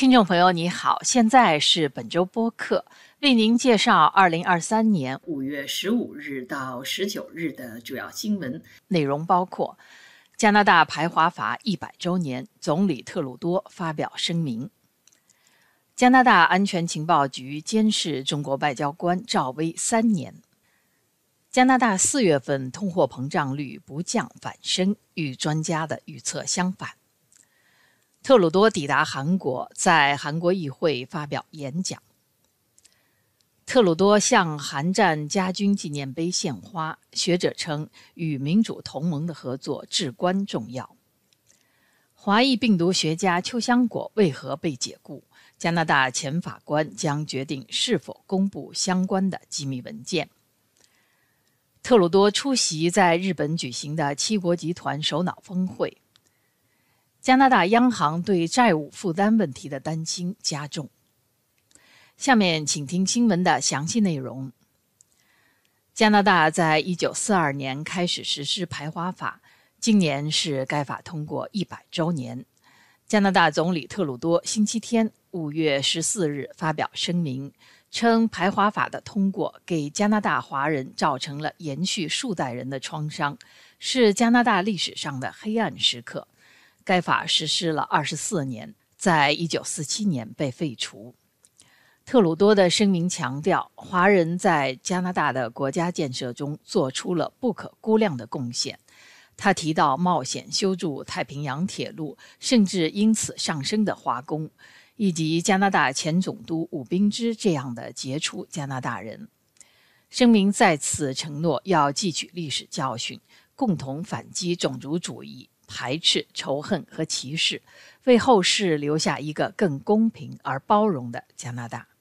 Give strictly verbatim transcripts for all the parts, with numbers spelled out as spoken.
听众朋友你好，现在是本周播客，为您介绍二零二三年五月十五日到十九日的主要新闻内容，包括加拿大排华法一百周年，总理特鲁多发表声明；加拿大安全情报局监视中国外交官赵薇三年；加拿大四月份通货膨胀率不降反升，与专家的预测相反；特鲁多抵达韩国，在韩国议会发表演讲；特鲁多向韩战家军纪念碑献花，学者称与民主同盟的合作至关重要；华裔病毒学家邱香果为何被解雇？加拿大前法官将决定是否公布相关的机密文件；特鲁多出席在日本举行的七国集团首脑峰会；加拿大央行对债务负担问题的担心加重。下面请听新闻的详细内容。加拿大在一九四二年开始实施排华法，今年是该法通过一百周年。加拿大总理特鲁多星期天五月十四日发表声明，称排华法的通过给加拿大华人造成了延续数代人的创伤，是加拿大历史上的黑暗时刻。该法实施了二十四年，在一九四七年被废除。特鲁多的声明强调，华人在加拿大的国家建设中做出了不可估量的贡献。他提到冒险修筑太平洋铁路，甚至因此上升的华工，以及加拿大前总督伍宾之这样的杰出加拿大人。声明再次承诺要汲取历史教训，共同反击种族主义、排斥、仇恨和歧视，为后世留下一个更公平而包容的加拿大。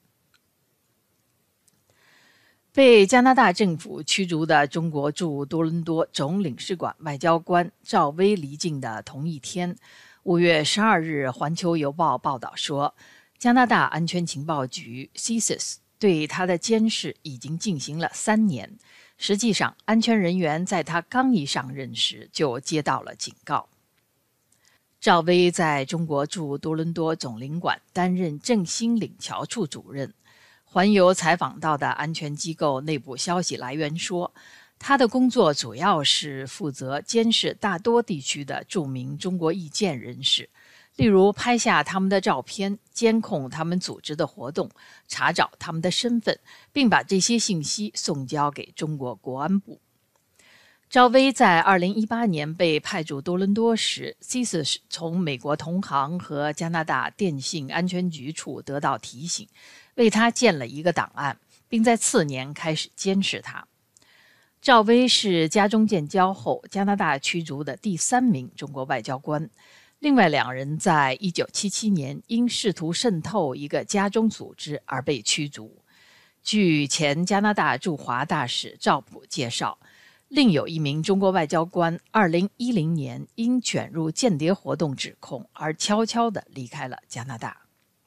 被加拿大政府驱逐的中国驻多伦多总领事馆外交官赵薇离境的同一天，五月十二日，《环球邮报》报道说，加拿大安全情报局 C S I S 对他的监视已经进行了三年。实际上，安全人员在他刚一上任时就接到了警告。赵薇在中国驻多伦多总领馆担任振兴领侨处主任。环游采访到的安全机构内部消息来源说，他的工作主要是负责监视大多地区的著名中国意见人士，例如拍下他们的照片，监控他们组织的活动，查找他们的身份，并把这些信息送交给中国国安部。赵薇在二零一八年被派驻多伦多时 C S I S 从美国同行和加拿大电信安全局处得到提醒，为他建了一个档案，并在次年开始监视他。赵薇是家中建交后加拿大驱逐的第三名中国外交官，另外两人在一九七七年因试图渗透一个家中组织而被驱逐。据前加拿大驻华大使赵普介绍，另有一名中国外交官二零一零年因卷入间谍活动指控而悄悄地离开了加拿大。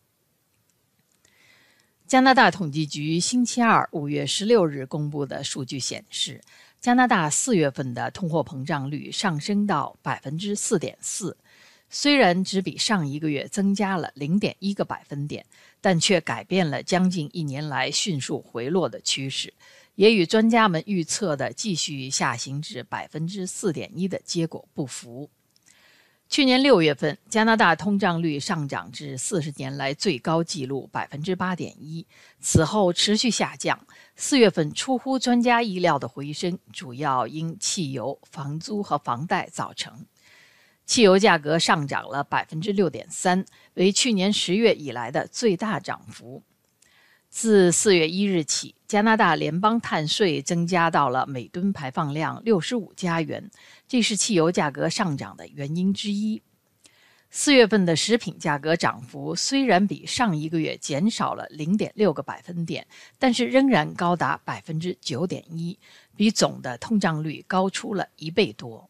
加拿大统计局星期二五月十六日公布的数据显示，加拿大四月份的通货膨胀率上升到 百分之四点四， 虽然只比上一个月增加了 零点一个百分点，但却改变了将近一年来迅速回落的趋势，也与专家们预测的继续下行至 百分之四点一 的结果不符。去年六月份，加拿大通胀率上涨至四十年来最高纪录 百分之八点一， 此后持续下降。四月份出乎专家意料的回升，主要因汽油、房租和房贷造成。汽油价格上涨了 百分之六点三， 为去年十月以来的最大涨幅。自四月一日起，加拿大联邦碳税增加到了每吨排放量六十五加元，这是汽油价格上涨的原因之一。四月份的食品价格涨幅虽然比上一个月减少了 零点六个百分点，但是仍然高达 百分之九点一， 比总的通胀率高出了一倍多。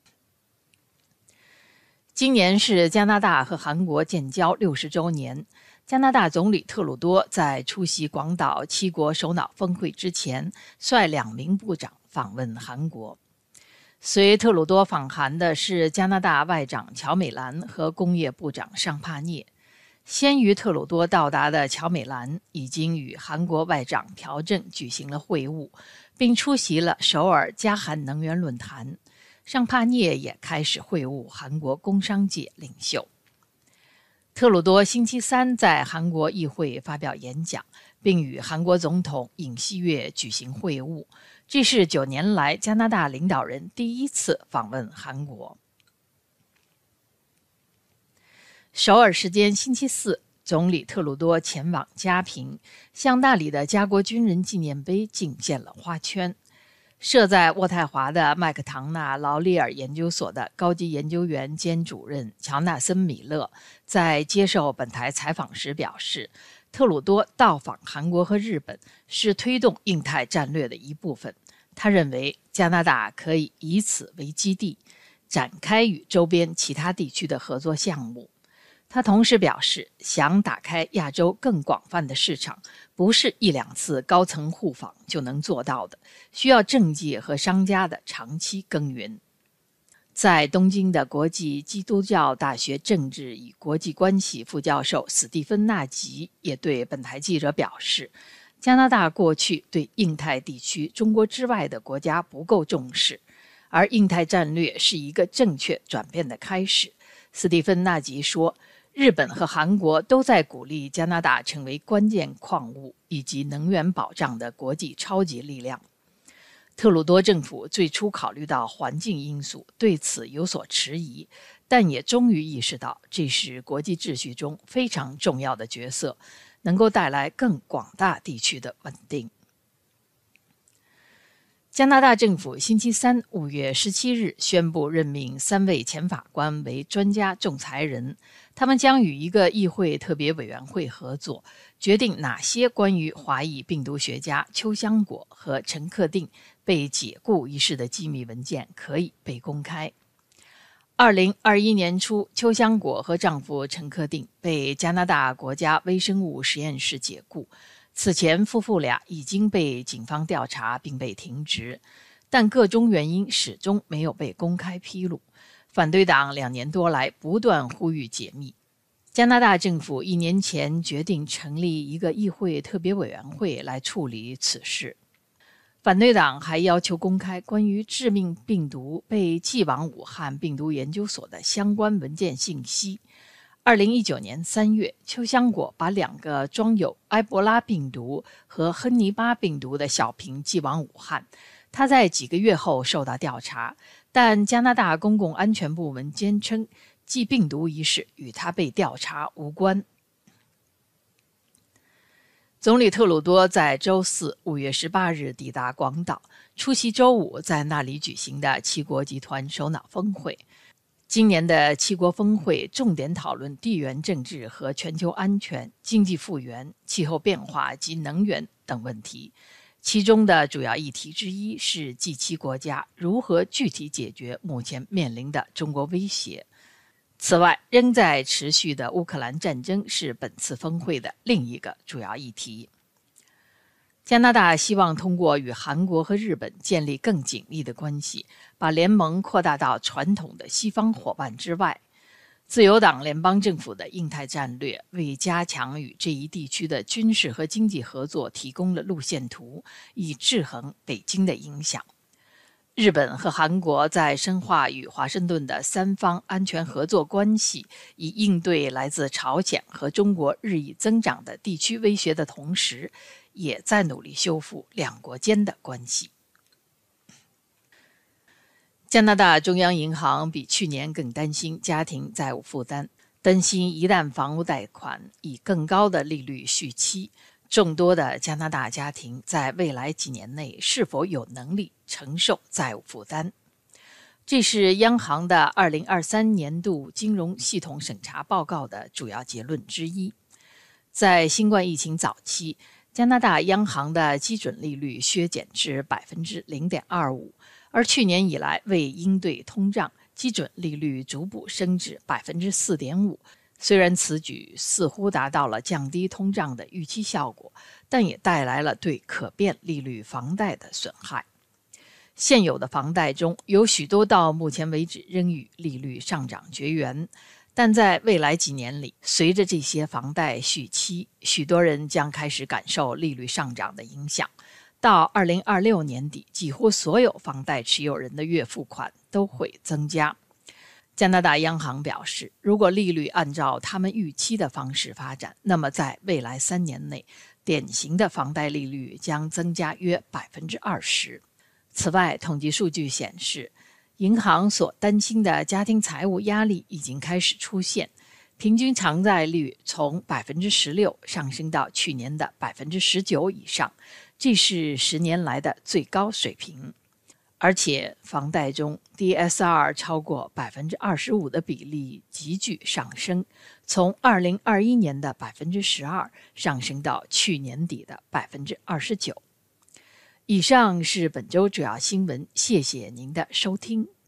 今年是加拿大和韩国建交六十周年。加拿大总理特鲁多在出席广岛七国首脑峰会之前，率两名部长访问韩国。随特鲁多访韩的是加拿大外长乔美兰和工业部长尚帕涅。 先于特鲁多到达的乔美兰已经与韩国外长朴正举行了会晤，并出席了首尔加韩能源论坛。尚帕涅也开始会晤韩国工商界领袖。特鲁多星期三在韩国议会发表演讲，并与韩国总统尹锡悦举行会晤，这是九年来加拿大领导人第一次访问韩国。首尔时间星期四，总理特鲁多前往嘉平，向那里的家国军人纪念碑敬献了花圈。设在渥太华的麦克唐纳劳利尔研究所的高级研究员兼主任乔纳森·米勒在接受本台采访时表示，特鲁多到访韩国和日本是推动印太战略的一部分。他认为加拿大可以以此为基地，展开与周边其他地区的合作项目。他同时表示，想打开亚洲更广泛的市场，不是一两次高层互访就能做到的，需要政界和商家的长期耕耘。在东京的国际基督教大学政治与国际关系副教授史蒂芬·纳吉也对本台记者表示，加拿大过去对印太地区中国之外的国家不够重视，而印太战略是一个正确转变的开始。史蒂芬·纳吉说，日本和韩国都在鼓励加拿大成为关键矿物以及能源保障的国际超级力量。特鲁多政府最初考虑到环境因素，对此有所迟疑，但也终于意识到这是国际秩序中非常重要的角色，能够带来更广大地区的稳定。加拿大政府星期三五月十七日宣布任命三位前法官为专家仲裁人，他们将与一个议会特别委员会合作，决定哪些关于华裔病毒学家邱香果和陈克定被解雇一事的机密文件可以被公开。二零二一年初，邱香果和丈夫陈克定被加拿大国家微生物实验室解雇。此前夫妇俩已经被警方调查并被停职，但各种原因始终没有被公开披露。反对党两年多来不断呼吁解密。加拿大政府一年前决定成立一个议会特别委员会来处理此事。反对党还要求公开关于致命病毒被寄往武汉病毒研究所的相关文件信息。二零一九年三月，邱香果把两个装有埃博拉病毒和亨尼巴病毒的小瓶寄往武汉。他在几个月后受到调查，但加拿大公共安全部门坚称寄病毒一事与他被调查无关。总理特鲁多在周四五月十八日抵达广岛，出席周五在那里举行的七国集团首脑峰会。今年的七国峰会重点讨论地缘政治和全球安全、经济复原、气候变化及能源等问题。其中的主要议题之一是 G 七 国家如何具体解决目前面临的中国威胁。此外，仍在持续的乌克兰战争是本次峰会的另一个主要议题。加拿大希望通过与韩国和日本建立更紧密的关系，把联盟扩大到传统的西方伙伴之外。自由党联邦政府的印太战略为加强与这一地区的军事和经济合作提供了路线图，以制衡北京的影响。日本和韩国在深化与华盛顿的三方安全合作关系，以应对来自朝鲜和中国日益增长的地区威胁的同时，也在努力修复两国间的关系。加拿大中央银行比去年更担心家庭债务负担，担心一旦房屋贷款以更高的利率续期，众多的加拿大家庭在未来几年内是否有能力承受债务负担。这是央行的二零二三年度金融系统审查报告的主要结论之一。在新冠疫情早期，加拿大央行的基准利率削减至 百分之零点二五， 而去年以来为应对通胀，基准利率逐步升至 百分之四点五。虽然此举似乎达到了降低通胀的预期效果，但也带来了对可变利率房贷的损害。现有的房贷中有许多到目前为止仍与利率上涨绝缘， 但在未来几年里，随着这些房贷续期，许多人将开始感受利率上涨的影响。到二零二六年底，几乎所有房贷持有人的月付款都会增加。加拿大央行表示，如果利率按照他们预期的方式发展，那么在未来三年内，典型的房贷利率将增加约 百分之二十。此外，统计数据显示，银行所担心的家庭财务压力已经开始出现，平均偿债率从 百分之十六 上升到去年的 百分之十九 以上，这是十年来的最高水平。而且房贷中 D S R 超过 百分之二十五 的比例急剧上升，从二零二一年的 百分之十二 上升到去年底的 百分之二十九。以上是本周主要新闻，谢谢您的收听。